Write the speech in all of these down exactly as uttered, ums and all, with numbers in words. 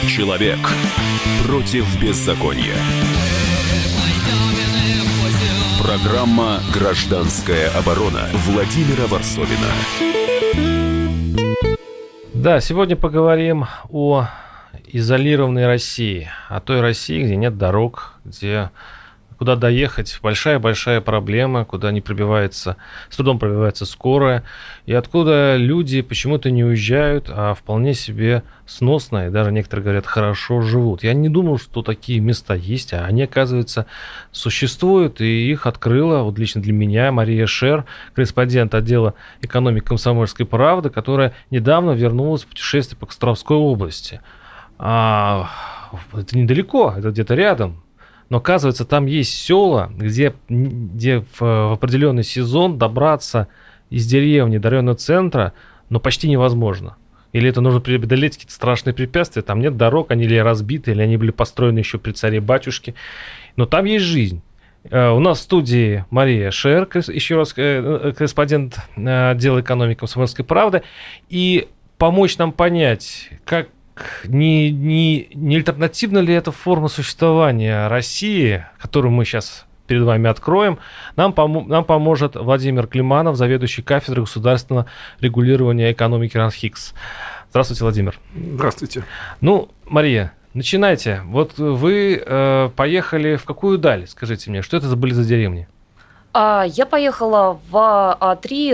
Человек против беззакония. Программа «Гражданская оборона» Владимира Варсовина. Да, сегодня поговорим о изолированной России, о той России, где нет дорог, где куда доехать большая-большая проблема, куда не пробивается, с трудом пробивается скорая, и откуда люди почему-то не уезжают, а вполне себе сносно, и даже некоторые говорят, хорошо живут. Я не думал, что такие места есть, а они, оказывается, существуют, и их открыла, вот лично для меня, Мария Шер, корреспондент отдела экономики «Комсомольской правды», которая недавно вернулась в путешествие по Костромской области. А, это недалеко, это где-то рядом. Но, оказывается, там есть села, где, где в, в определенный сезон добраться из деревни до районного центра, ну, почти невозможно. Или это нужно преодолеть какие-то страшные препятствия, там нет дорог, они или разбиты, или они были построены еще при царе-батюшке. Но там есть жизнь. У нас в студии Мария Шер, еще раз корреспондент отдела экономики «Комсомольской правды», и помочь нам понять, как Не, не, не альтернативна ли это форма существования России, которую мы сейчас перед вами откроем, нам, пом- нам поможет Владимир Климанов, заведующий кафедрой государственного регулирования экономики РАНХИКС. Здравствуйте, Владимир. Здравствуйте. Ну, Мария, начинайте. Вот вы э, поехали в какую даль? Скажите мне, что это были за деревни? Я поехала в три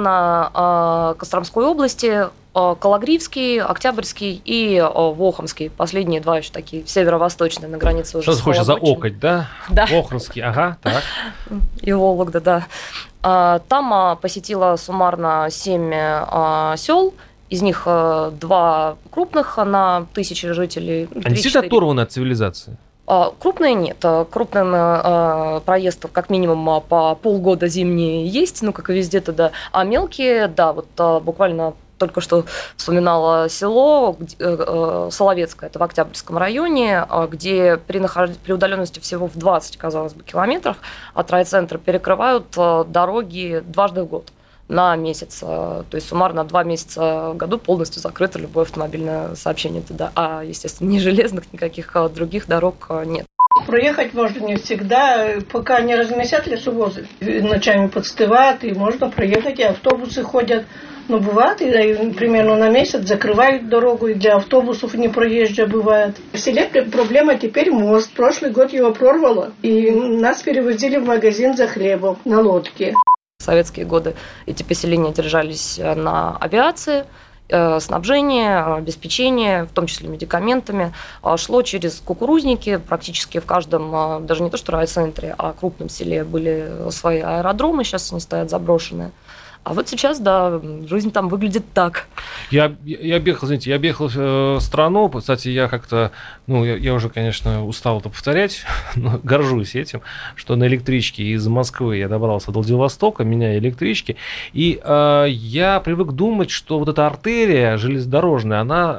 района Костромской области: Кологривский, Октябрьский и Вохомский. Последние два еще такие северо-восточные, на границе уже. Что ты хочешь, за Окоть, да? Да. Вохромский, ага, так. И Вологда, да. Там посетила суммарно семь сел. Из них два крупных на тысячи жителей. Они действительно оторваны от цивилизации? Крупные нет. Крупным э, проезд как минимум по полгода зимние есть, ну, как и везде тогда. А мелкие, да, вот буквально только что вспоминала село где, э, Соловецкое, это в Октябрьском районе, где при, нахож... при удаленности всего в двадцать, казалось бы, километров от райцентра перекрывают дороги дважды в год. На месяц, то есть суммарно два месяца в году полностью закрыто любое автомобильное сообщение туда. А, естественно, ни железных, никаких других дорог нет. Проехать можно не всегда, пока не разместят лесовозы. Ночами подстывают, и можно проехать, и автобусы ходят. Но бывает, и примерно на месяц закрывают дорогу, и для автобусов непроезжая бывает. В селе проблема теперь мост. Прошлый год его прорвало, и нас перевозили в магазин за хлебом на лодке. В советские годы эти поселения держались на авиации, снабжение, обеспечение, в том числе медикаментами, шло через кукурузники. Практически в каждом, даже не то что райцентре, а крупном селе были свои аэродромы, сейчас они стоят заброшенные. А вот сейчас, да, жизнь там выглядит так. Я, я, я объехал, знаете, я объехал э, страну, кстати, я как-то, ну, я, я уже, конечно, устал это повторять, но горжусь этим, что на электричке из Москвы я добрался до Владивостока, меняя электрички, и э, я привык думать, что вот эта артерия железнодорожная, она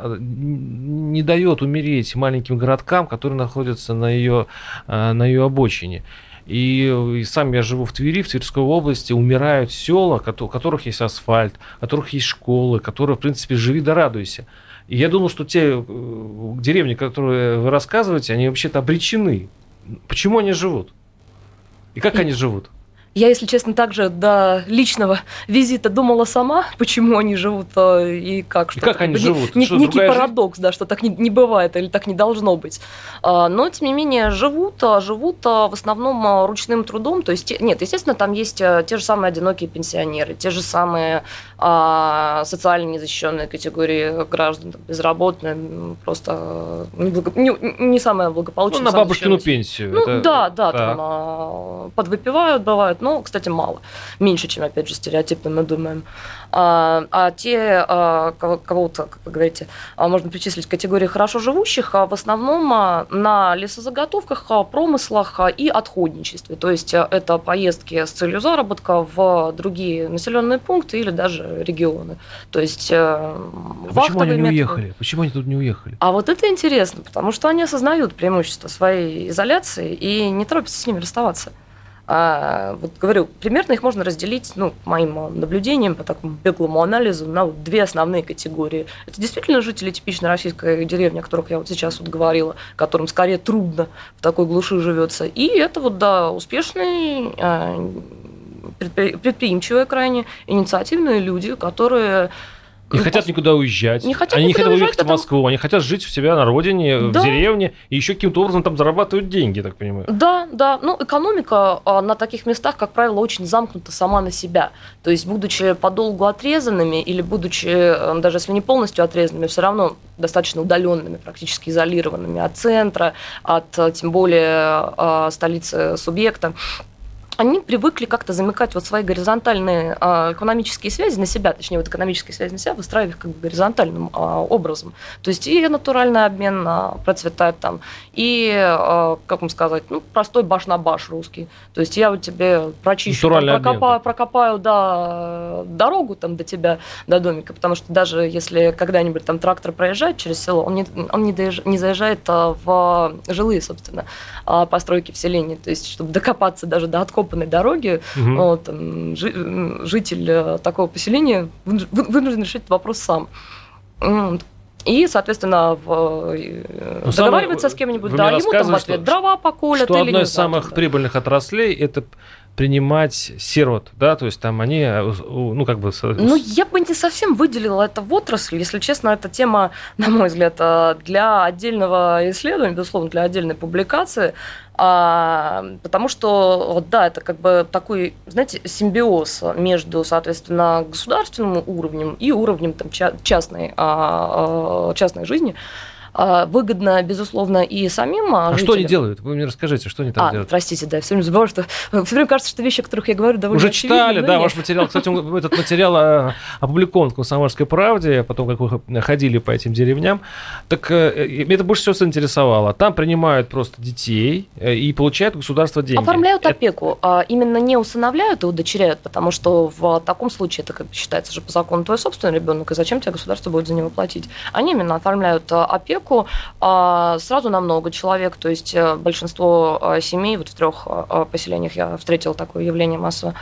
не дает умереть маленьким городкам, которые находятся на ее, э, на ее обочине. И, и сам я живу в Твери, в Тверской области, умирают села, у которых есть асфальт, у которых есть школы, которые, в принципе, живи да радуйся. И я думал, что те деревни, которые вы рассказываете, они вообще-то обречены. Почему они живут? И как и... они живут? Я, если честно, также до личного визита думала сама, почему они живут и как. И как они не, живут? Не, что, некий парадокс, жизнь? Да, что так не, не бывает или так не должно быть. Но, тем не менее, живут, живут в основном ручным трудом. То есть, нет, естественно, там есть те же самые одинокие пенсионеры, те же самые социально незащищенные категории граждан, безработные, просто не, благо, не, не самая благополучная. Ну, на бабушкину пенсию. Ну, это... да, да, да. Там подвыпивают, бывают. Но, кстати, мало. Меньше, чем, опять же, стереотипно мы думаем. А, а те, а, кого-то, как вы говорите, можно причислить к категории хорошо живущих, а в основном на лесозаготовках, промыслах и отходничестве. То есть это поездки с целью заработка в другие населенные пункты или даже регионы. То есть а почему они не методы. уехали? Почему они тут не уехали? А вот это интересно, потому что они осознают преимущество своей изоляции и не торопятся с ними расставаться. А, вот говорю, примерно их можно разделить, ну, по моим наблюдениям, по такому беглому анализу, на вот две основные категории. Это действительно жители типичной российской деревни, о которых я вот сейчас вот говорила, которым скорее трудно в такой глуши живется. И это вот, да, успешные, предприимчивые крайне, инициативные люди, которые... Не ну, хотят никуда уезжать. Не хотят они не хотят уезжать, уехать потому... в Москву. Они хотят жить у себя на родине, да. в деревне, и еще каким-то образом там зарабатывают деньги, так понимаю. Да, да. Ну, экономика на таких местах, как правило, очень замкнута сама на себя. То есть, будучи подолгу отрезанными, или будучи, даже если не полностью отрезанными, все равно достаточно удаленными, практически изолированными от центра, от, тем более, столицы субъекта, они привыкли как-то замыкать вот свои горизонтальные а, экономические связи на себя, точнее, вот экономические связи на себя, выстраивать их как бы горизонтальным а, образом. То есть и натуральный обмен а, процветает там, и, а, как вам сказать, ну, простой баш на баш русский. То есть я вот тебе прочищу, там, прокопаю, прокопаю да, дорогу там, до тебя, до домика, потому что даже если когда-нибудь там трактор проезжает через село, он не, он не, доезж... не заезжает а, в жилые, собственно, а, постройки в селении. То есть чтобы докопаться даже до откопа дороги, угу. вот, там, житель такого поселения вынужден решить вопрос сам. И, соответственно, в... ну, договаривается с кем-нибудь, да, ему там в ответ что, дрова поколят. Что или одно не из самых да. прибыльных отраслей – это принимать сирот, да, то есть там они, ну, как бы... Ну, я бы не совсем выделила это в отрасль, если честно, эта тема, на мой взгляд, для отдельного исследования, безусловно, для отдельной публикации, потому что, да, это как бы такой, знаете, симбиоз между, соответственно, государственным уровнем и уровнем там, частной, частной жизни. Выгодно, безусловно, и самим А жителям. Что они делают? Вы мне расскажите, что они там а, делают? Простите, да, я все время забываю, что все время кажется, что вещи, о которых я говорю, довольно Уже очевидны. читали, да, ваш материал. Кстати, этот материал опубликован в «Комсомольской правде», потом, как вы ходили по этим деревням. Так меня это больше всего заинтересовало. Там принимают просто детей и получают государство деньги. Оформляют опеку. Это... Именно не усыновляют и удочеряют, потому что в таком случае это как бы считается же по закону твой собственный ребенок, и зачем тебе государство будет за него платить? Они именно оформляют опеку сразу на много человек, то есть большинство семей, вот в трех поселениях я встретила такое явление массово,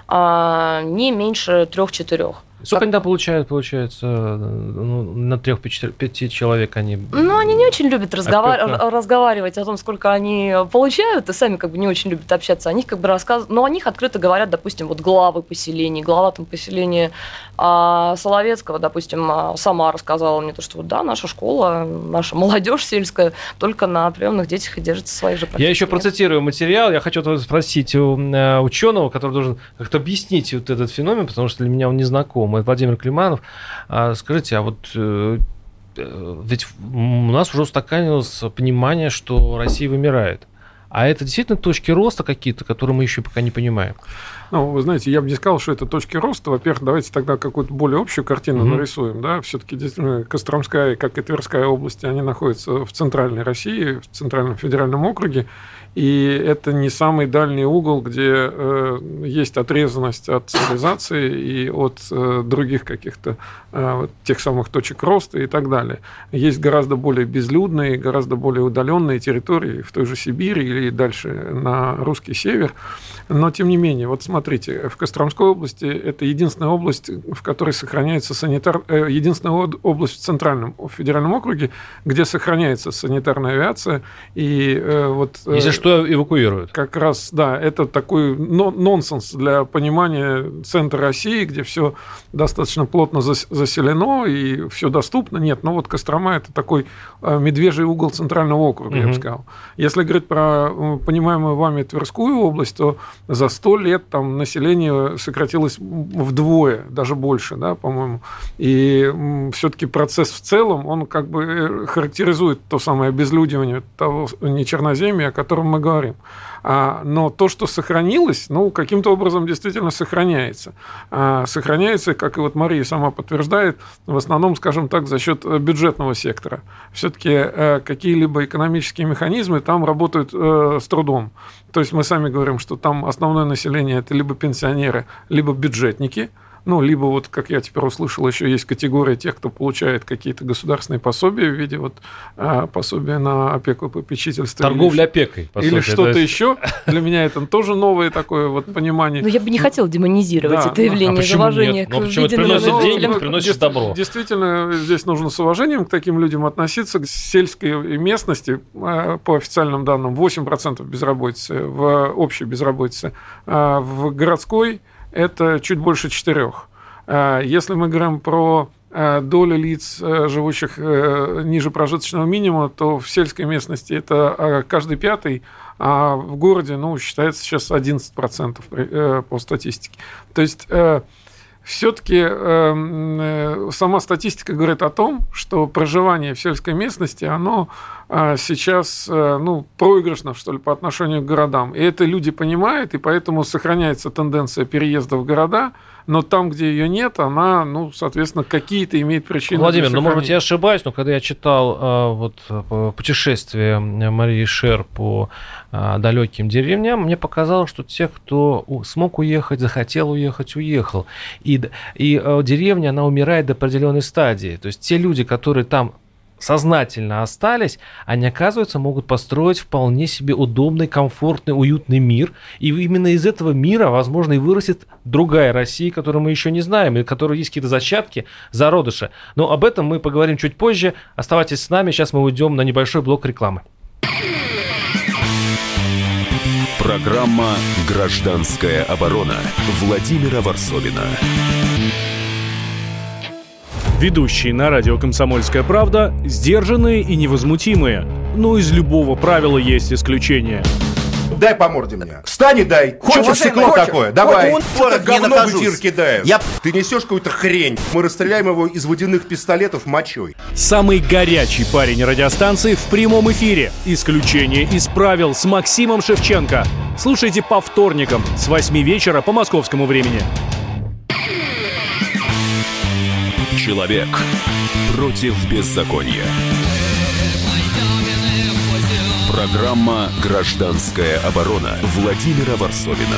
не меньше трех-четырех. Сколько как... они там получают, получается, ну, на трех-пяти человек они... Ну, они не очень любят разговар... разговаривать о том, сколько они получают, и сами как бы не очень любят общаться. О них как бы рассказывают, но о них открыто говорят, допустим, вот главы поселений, глава там поселения а, Соловецкого, допустим, сама рассказала мне то, что вот, да, наша школа, наша молодежь сельская только на приемных детях и держится своих же практически. Я еще процитирую материал, я хочу спросить у ученого, который должен как-то объяснить вот этот феномен, потому что для меня он не знаком. Владимир Климанов. Скажите, а вот ведь у нас уже устаканилось понимание, что Россия вымирает. А это действительно точки роста какие-то, которые мы еще пока не понимаем? Ну, вы знаете, я бы не сказал, что это точки роста. Во-первых, давайте тогда какую-то более общую картину mm-hmm. нарисуем. Да? Все-таки действительно Костромская, как и Тверская области, они находятся в центральной России, в Центральном федеральном округе. И это не самый дальний угол, где э, есть отрезанность от цивилизации и от э, других каких-то э, вот, тех самых точек роста и так далее. Есть гораздо более безлюдные, гораздо более удаленные территории в той же Сибири или дальше на русский север. Но, тем не менее, вот смотрите, в Костромской области это единственная область, в которой сохраняется санитар... э, единственная область в Центральном федеральном округе, где сохраняется санитарная авиация. И э, вот... Э, Если что эвакуируют. Как раз, да, это такой нонсенс для понимания центра России, где все достаточно плотно заселено и все доступно. Нет, ну вот Кострома – это такой медвежий угол центрального округа, mm-hmm. я бы сказал. Если говорить про понимаемую вами Тверскую область, то за сто лет там население сократилось вдвое, даже больше, да, по-моему. И все-таки процесс в целом, он как бы характеризует то самое обезлюдивание того нечерноземья, о котором мы говорим. А, но то, что сохранилось, ну, каким-то образом действительно сохраняется. А, сохраняется, как и вот Мария сама подтверждает, в основном, скажем так, за счет бюджетного сектора. Все-таки а, какие-либо экономические механизмы там работают а, с трудом. То есть мы сами говорим, что там основное население – это либо пенсионеры, либо бюджетники. ну, либо вот, как я теперь услышал, еще есть категория тех, кто получает какие-то государственные пособия в виде вот пособия на опеку и попечительство. Торговля или, опекой, по или сути, что-то есть... еще. Для меня это тоже новое такое вот понимание. Но я бы не хотела демонизировать это явление из уважения к введенным родителям. Приносит добро. Действительно, здесь нужно с уважением к таким людям относиться. К сельской местности, по официальным данным, восемь процентов безработицы, в общей безработице. В городской это чуть больше четырех. Если мы говорим про долю лиц, живущих ниже прожиточного минимума, то в сельской местности это каждый пятый, а в городе, ну, считается сейчас одиннадцать процентов по статистике. То есть все-таки э, сама статистика говорит о том, что проживание в сельской местности, оно э, сейчас э, ну, проигрышно, что ли, по отношению к городам. И это люди понимают, и поэтому сохраняется тенденция переезда в города, но там, где ее нет, она, ну, соответственно, какие-то имеет причины. Владимир, ну, может быть, я ошибаюсь, но когда я читал э, вот, путешествие Марии Шер по э, далеким деревням, мне показалось, что те, кто смог уехать, захотел уехать, уехал. И, и э, деревня, она умирает до определенной стадии. То есть те люди, которые там сознательно остались, они, оказывается, могут построить вполне себе удобный, комфортный, уютный мир. И именно из этого мира, возможно, и вырастет другая Россия, которую мы еще не знаем, и у которой есть какие-то зачатки, зародыши. Но об этом мы поговорим чуть позже. Оставайтесь с нами, сейчас мы уйдем на небольшой блок рекламы. Программа «Гражданская оборона» Владимира Варсовина. Ведущие на радио «Комсомольская правда» сдержанные и невозмутимые. Но из любого правила есть исключение. Дай по морде мне. Встань и дай. Хочешь стекло хочешь? Такое? Давай. Что-то говно в эфир кидаешь. Я... Ты несешь какую-то хрень. Мы расстреляем его из водяных пистолетов мочой. Самый горячий парень радиостанции в прямом эфире. Исключение из правил с Максимом Шевченко. Слушайте по вторникам с восьми вечера по московскому времени. Человек против беззакония. Программа «Гражданская оборона» Владимира Варсовина.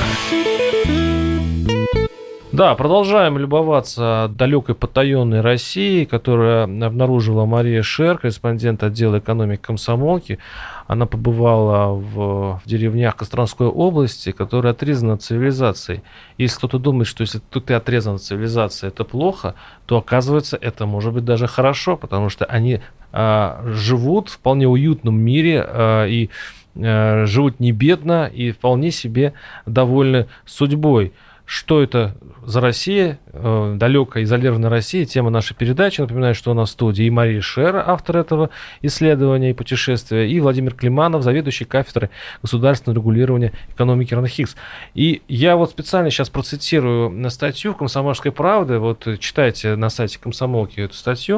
Да, продолжаем любоваться далекой потаенной Россией, которую обнаружила Мария Шер, корреспондент отдела экономики комсомолки. Она побывала в, в деревнях Костромской области, которые отрезаны от цивилизации. Если кто-то думает, что если ты отрезан от цивилизации, это плохо, то оказывается, это может быть даже хорошо, потому что они а, живут в вполне уютном мире а, и а, живут не бедно и вполне себе довольны судьбой. Что это за Россия, э, далекая, изолированная Россия, тема нашей передачи. Напоминаю, что у нас в студии и Мария Шер, автор этого исследования и путешествия, и Владимир Климанов, заведующий кафедрой государственного регулирования экономики РАНХИКС. И я вот специально сейчас процитирую на статью в «Комсомольской правде», вот читайте на сайте комсомолки эту статью,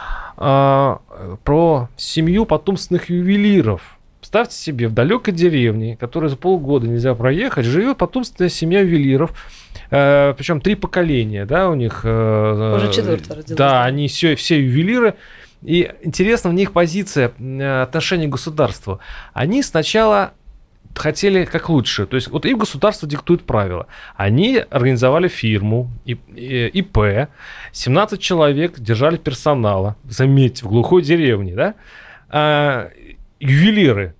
э, про семью потомственных ювелиров. Представьте себе, в далекой деревне, которой за полгода нельзя проехать, живет потомственная семья ювелиров, э, причем три поколения, да, у них... Э, Уже четвертое родилось. Да, они все, все ювелиры. И интересна в них позиция отношения к государству. Они сначала хотели как лучше, то есть вот им государство диктует правила. Они организовали фирму, ИП, семнадцать человек держали персонала, заметьте, в глухой деревне, да, а, ювелиры.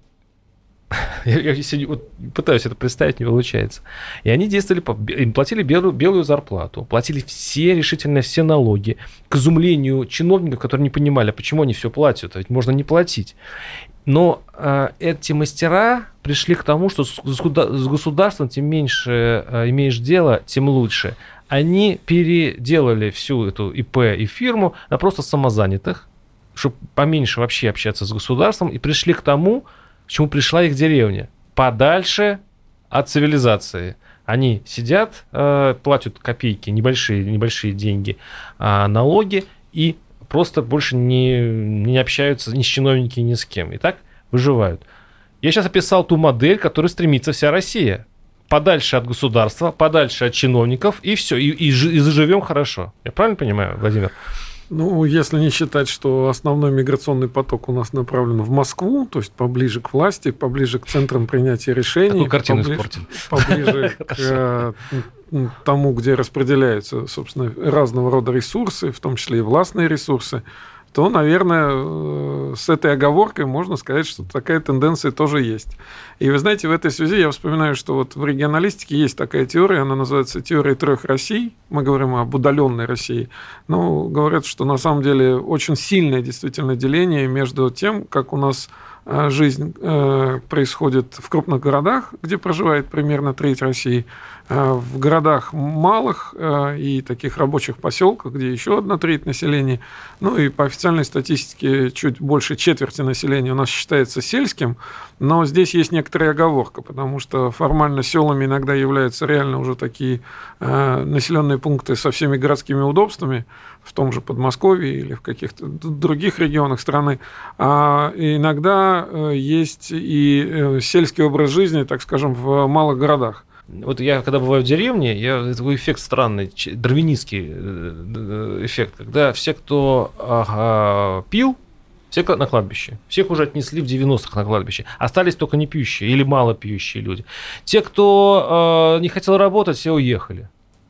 Я, я сегодня, вот, пытаюсь это представить, не получается. И они действовали, по, им платили белую, белую зарплату, платили все, решительно все налоги, к изумлению чиновников, которые не понимали, почему они все платят, ведь можно не платить. Но э, эти мастера пришли к тому, что с, с государством тем меньше э, имеешь дело, тем лучше. Они переделали всю эту ИП и фирму на просто самозанятых, чтобы поменьше вообще общаться с государством, и пришли к тому, к чему пришла их деревня. Подальше от цивилизации. Они сидят, э, платят копейки, небольшие, небольшие деньги, э, налоги, и просто больше не, не общаются ни с чиновниками, ни с кем. И так выживают. Я сейчас описал ту модель, к которой стремится вся Россия. Подальше от государства, подальше от чиновников, и все, и, и, и заживем хорошо. Я правильно понимаю, Владимир? Ну, если не считать, что основной миграционный поток у нас направлен в Москву, то есть поближе к власти, поближе к центрам принятия решений. Такую картину поближе, испортили. Поближе к тому, где распределяются, собственно, разного рода ресурсы, в том числе и властные ресурсы, то, наверное, с этой оговоркой можно сказать, что такая тенденция тоже есть. И вы знаете, в этой связи я вспоминаю, что вот в регионалистике есть такая теория, она называется теория трех Россий. Мы говорим об удаленной России. Но говорят, что на самом деле очень сильное действительно деление между тем, как у нас жизнь происходит в крупных городах, где проживает примерно треть России, в городах малых и таких рабочих поселках, где еще одна треть населения, ну и по официальной статистике чуть больше четверти населения у нас считается сельским, но здесь есть некоторая оговорка, потому что формально селами иногда являются реально уже такие населенные пункты со всеми городскими удобствами, в том же Подмосковье или в каких-то других регионах страны. А иногда есть и сельский образ жизни, так скажем, в малых городах. Вот я, когда бываю в деревне, я такой эффект странный, дарвинистский эффект, когда все, кто ага, пил, все на кладбище. Всех уже отнесли в девяностых на кладбище. Остались только не пьющие или мало пьющие люди. Те, кто э, не хотел работать, все уехали.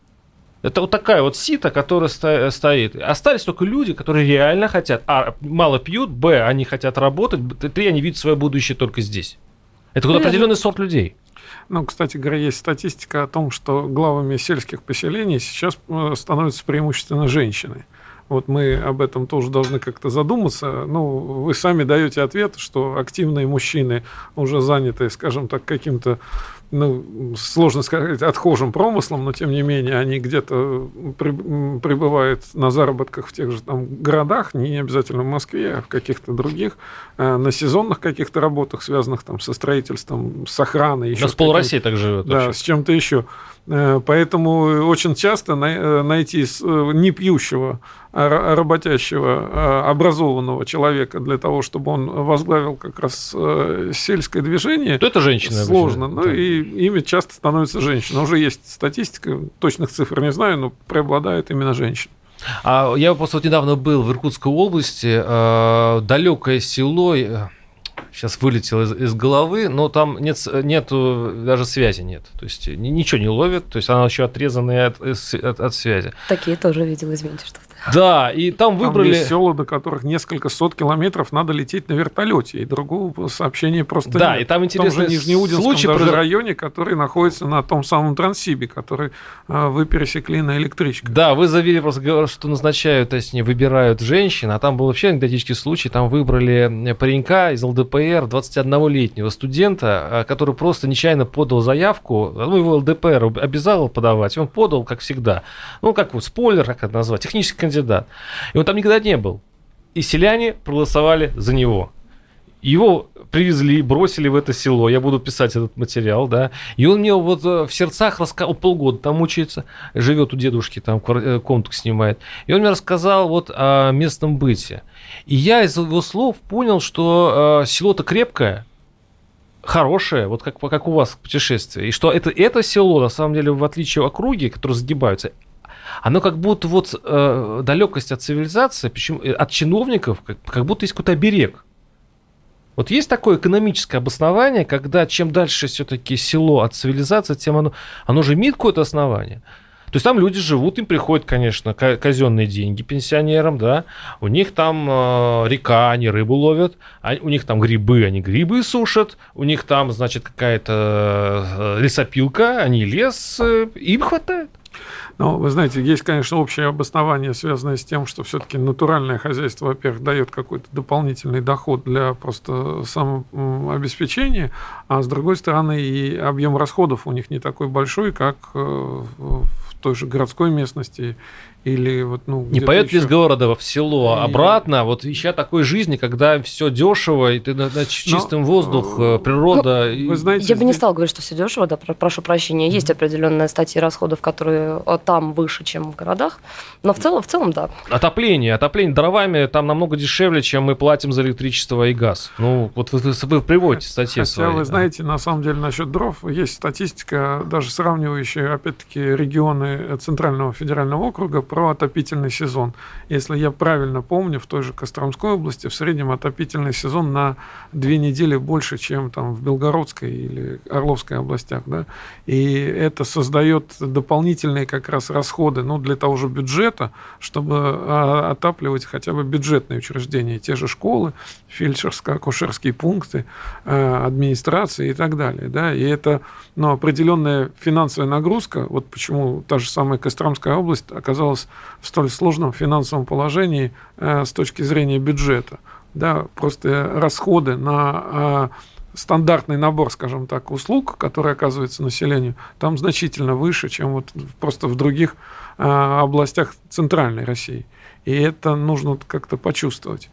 Это вот такая вот сита, которая стоит. Остались только люди, которые реально хотят. А, мало пьют, б, они хотят работать, три, они видят свое будущее только здесь. Это вот определенный сорт людей. Ну, кстати говоря, есть статистика о том, что главами сельских поселений сейчас становятся преимущественно женщины. Вот мы об этом тоже должны как-то задуматься. Ну, вы сами даете ответ, что активные мужчины уже заняты, скажем так, каким-то, ну, сложно сказать, отхожим промыслом, но тем не менее они где-то при, пребывают на заработках в тех же там городах, не обязательно в Москве, а в каких-то других, э, на сезонных каких-то работах, связанных там со строительством, с охраной. Еще с пол-России так живет. Да, вообще. С чем-то еще. Поэтому очень часто найти непьющего, работящего, образованного человека для того, чтобы он возглавил как раз сельское движение, то это женщина сложно. Ну, и ими часто становятся женщины. Уже есть статистика, точных цифр не знаю, но преобладает именно женщины. А я просто вот недавно был в Иркутской области, э, далекое село, э, сейчас вылетело из, из головы, но там нет, нету, даже связи нет. То есть ничего не ловит, то есть она еще отрезанная от, от, от связи. Такие тоже видела, извините, что-то. Да, и там выбрали... Там есть села, до которых несколько сот километров надо лететь на вертолете, и другого сообщения просто да, нет. И там интересный в том же Нижнеудинском случай даже произош... районе, который находится на том самом Транссибе, который а, вы пересекли на электричке. Да, вы заявили просто, что назначают, точнее, выбирают женщин, а там был вообще анекдотический случай, там выбрали паренька из эл дэ пэ эр, двадцатиоднолетнего студента, который просто нечаянно подал заявку, ну, его эл дэ пэ эр обязал подавать, и он подал, как всегда, ну, как вот спойлер, как это назвать, технический кандидат. Да. И он там никогда не был. И селяне проголосовали за него. Его привезли, бросили в это село. Я буду писать этот материал, да. И он мне вот в сердцах рассказал, полгода там учится, живет у дедушки, там комнату снимает. И он мне рассказал вот о местном быте. И я из его слов понял, что село-то крепкое, хорошее, вот как, как у вас путешествие. И что это, это село, на самом деле, в отличие от округи, которые загибаются, оно как будто вот э, далекость от цивилизации, почему, от чиновников, как, как будто есть какой-то оберег. Вот есть такое экономическое обоснование, когда чем дальше все-таки село от цивилизации, тем оно, оно же имеет какое-то основание. То есть там люди живут, им приходят, конечно, казенные деньги пенсионерам, да, у них там э, река, они рыбу ловят, а у них там грибы, они грибы сушат, у них там, значит, какая-то э, лесопилка, они лес, э, им хватает. Ну, вы знаете, есть, конечно, общее обоснование, связанное с тем, что все-таки натуральное хозяйство, во-первых, дает какой-то дополнительный доход для просто самообеспечения, а с другой стороны и объем расходов у них не такой большой, как в той же городской местности. Или вот, ну, не поедут еще... из города в село, и... обратно, вот ища такой жизни, когда все дешево, и ты на, на чистым Но... воздух, природа. Ну, и... вы знаете, я здесь... бы не стала говорить, что все дешево, да, прошу прощения, есть определенные статьи расходов, которые там выше, чем в городах, но в целом, в целом, да. Отопление, отопление дровами там намного дешевле, чем мы платим за электричество и газ. Ну, вот вы, вы приводите статьи Хотя свои. Хотя, вы да. знаете, на самом деле, насчет дров есть статистика, даже сравнивающая, опять-таки, регионы Центрального федерального округа про отопительный сезон. Если я правильно помню, в той же Костромской области в среднем отопительный сезон на две недели больше, чем там в Белгородской или Орловской областях. Да? И это создает дополнительные как раз расходы, ну, для того же бюджета, чтобы отапливать хотя бы бюджетные учреждения, те же школы, фельдшерско-акушерские пункты, администрации и так далее. Да? И это, ну, определенная финансовая нагрузка. Вот почему та же самая Костромская область оказалась в столь сложном финансовом положении э, с точки зрения бюджета. Да? Просто расходы на э, стандартный набор, скажем так, услуг, которые оказываются населению, там значительно выше, чем вот просто в других э, областях центральной России. И это нужно как-то почувствовать.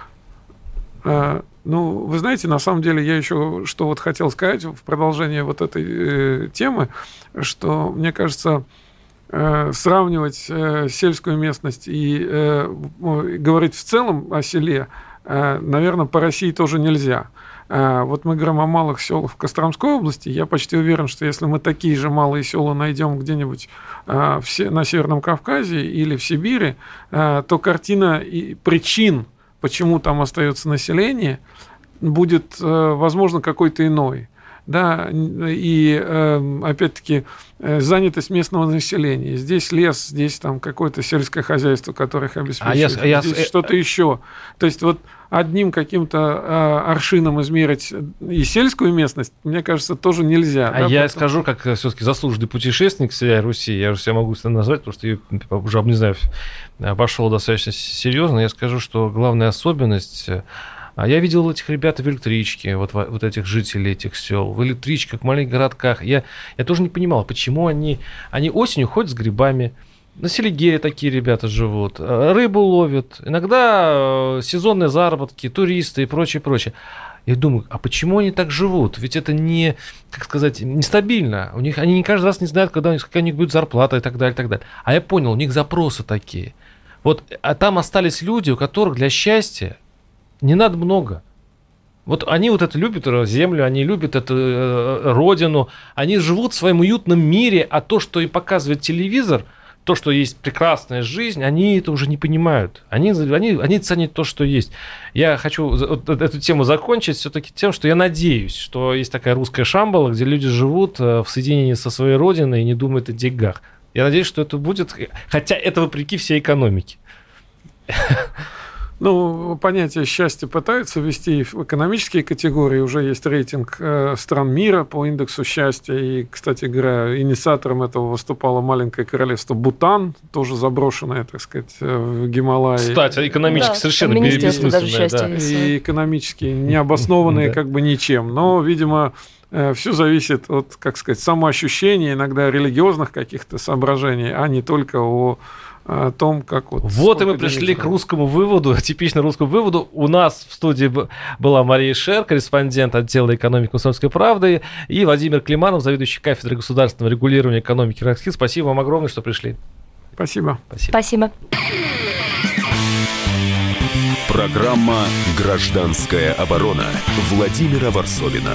Э, Ну, вы знаете, на самом деле я еще что вот хотел сказать в продолжение вот этой э, темы, что, мне кажется, э, сравнивать э, сельскую местность и э, говорить в целом о селе, э, наверное, по России тоже нельзя. Э, вот мы говорим о малых селах в Костромской области. Я почти уверен, что если мы такие же малые села найдем где-нибудь э, в се- на Северном Кавказе или в Сибири, э, то картина и причин, почему там остается население, будет, возможно, какой-то иной. Да? И, опять-таки, занятость местного населения. Здесь лес, здесь там какое-то сельское хозяйство, которое их обеспечивает. А я, здесь я... что-то еще. То есть вот одним каким-то аршином измерить и сельскую местность, мне кажется, тоже нельзя. А да, я потому... скажу, как все-таки заслуженный путешественник всей Руси, я уже себя могу назвать, потому что я уже, не знаю, пошел достаточно серьезно, я скажу, что главная особенность... Я видел этих ребят в электричке, вот, вот этих жителей этих сел, в электричках, в маленьких городках. Я, я тоже не понимал, почему они, они осенью ходят с грибами. На Селигере такие ребята живут, рыбу ловят, иногда сезонные заработки, туристы и прочее, прочее. Я думаю, а почему они так живут? Ведь это не, как сказать, нестабильно. У них, они не каждый раз не знают, когда у них, какая у них будет зарплата и так далее, и так далее. А я понял, у них запросы такие. Вот, а там остались люди, у которых для счастья не надо много. Вот они вот это любят землю, они любят эту э, родину, они живут в своем уютном мире, а то, что им показывает телевизор, то, что есть прекрасная жизнь, они это уже не понимают. Они, они, они ценят то, что есть. Я хочу вот эту тему закончить все-таки тем, что я надеюсь, что есть такая русская Шамбала, где люди живут в соединении со своей родиной и не думают о деньгах. Я надеюсь, что это будет, хотя это вопреки всей экономике. Ну, понятие счастья пытаются ввести в экономические категории. Уже есть рейтинг э, стран мира по индексу счастья. И, кстати говоря, инициатором этого выступало маленькое королевство Бутан, тоже заброшенное, так сказать, в Гималайи. Кстати, экономически да, совершенно бессмысленное. Да. И экономически необоснованные как бы ничем. Но, видимо, все зависит от, как сказать, самоощущения, иногда религиозных каких-то соображений, а не только о... о том, как вот... Вот и мы пришли к русскому выводу, типично русскому выводу. У нас в студии была Мария Шер, корреспондент отдела экономики «Комсомольской правды», и Владимир Климанов, заведующий кафедрой государственного регулирования экономики РАНХИ. Спасибо вам огромное, что пришли. Спасибо. Спасибо. Спасибо. Программа «Гражданская оборона» Владимира Варсовина.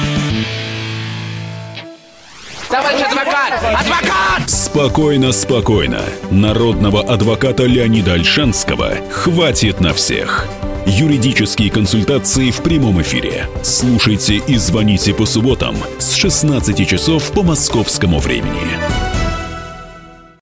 Товарищ адвокат! Адвокат! Спокойно, спокойно. Народного адвоката Леонида Ольшанского хватит на всех. Юридические консультации в прямом эфире. Слушайте и звоните по субботам с шестнадцати часов по московскому времени.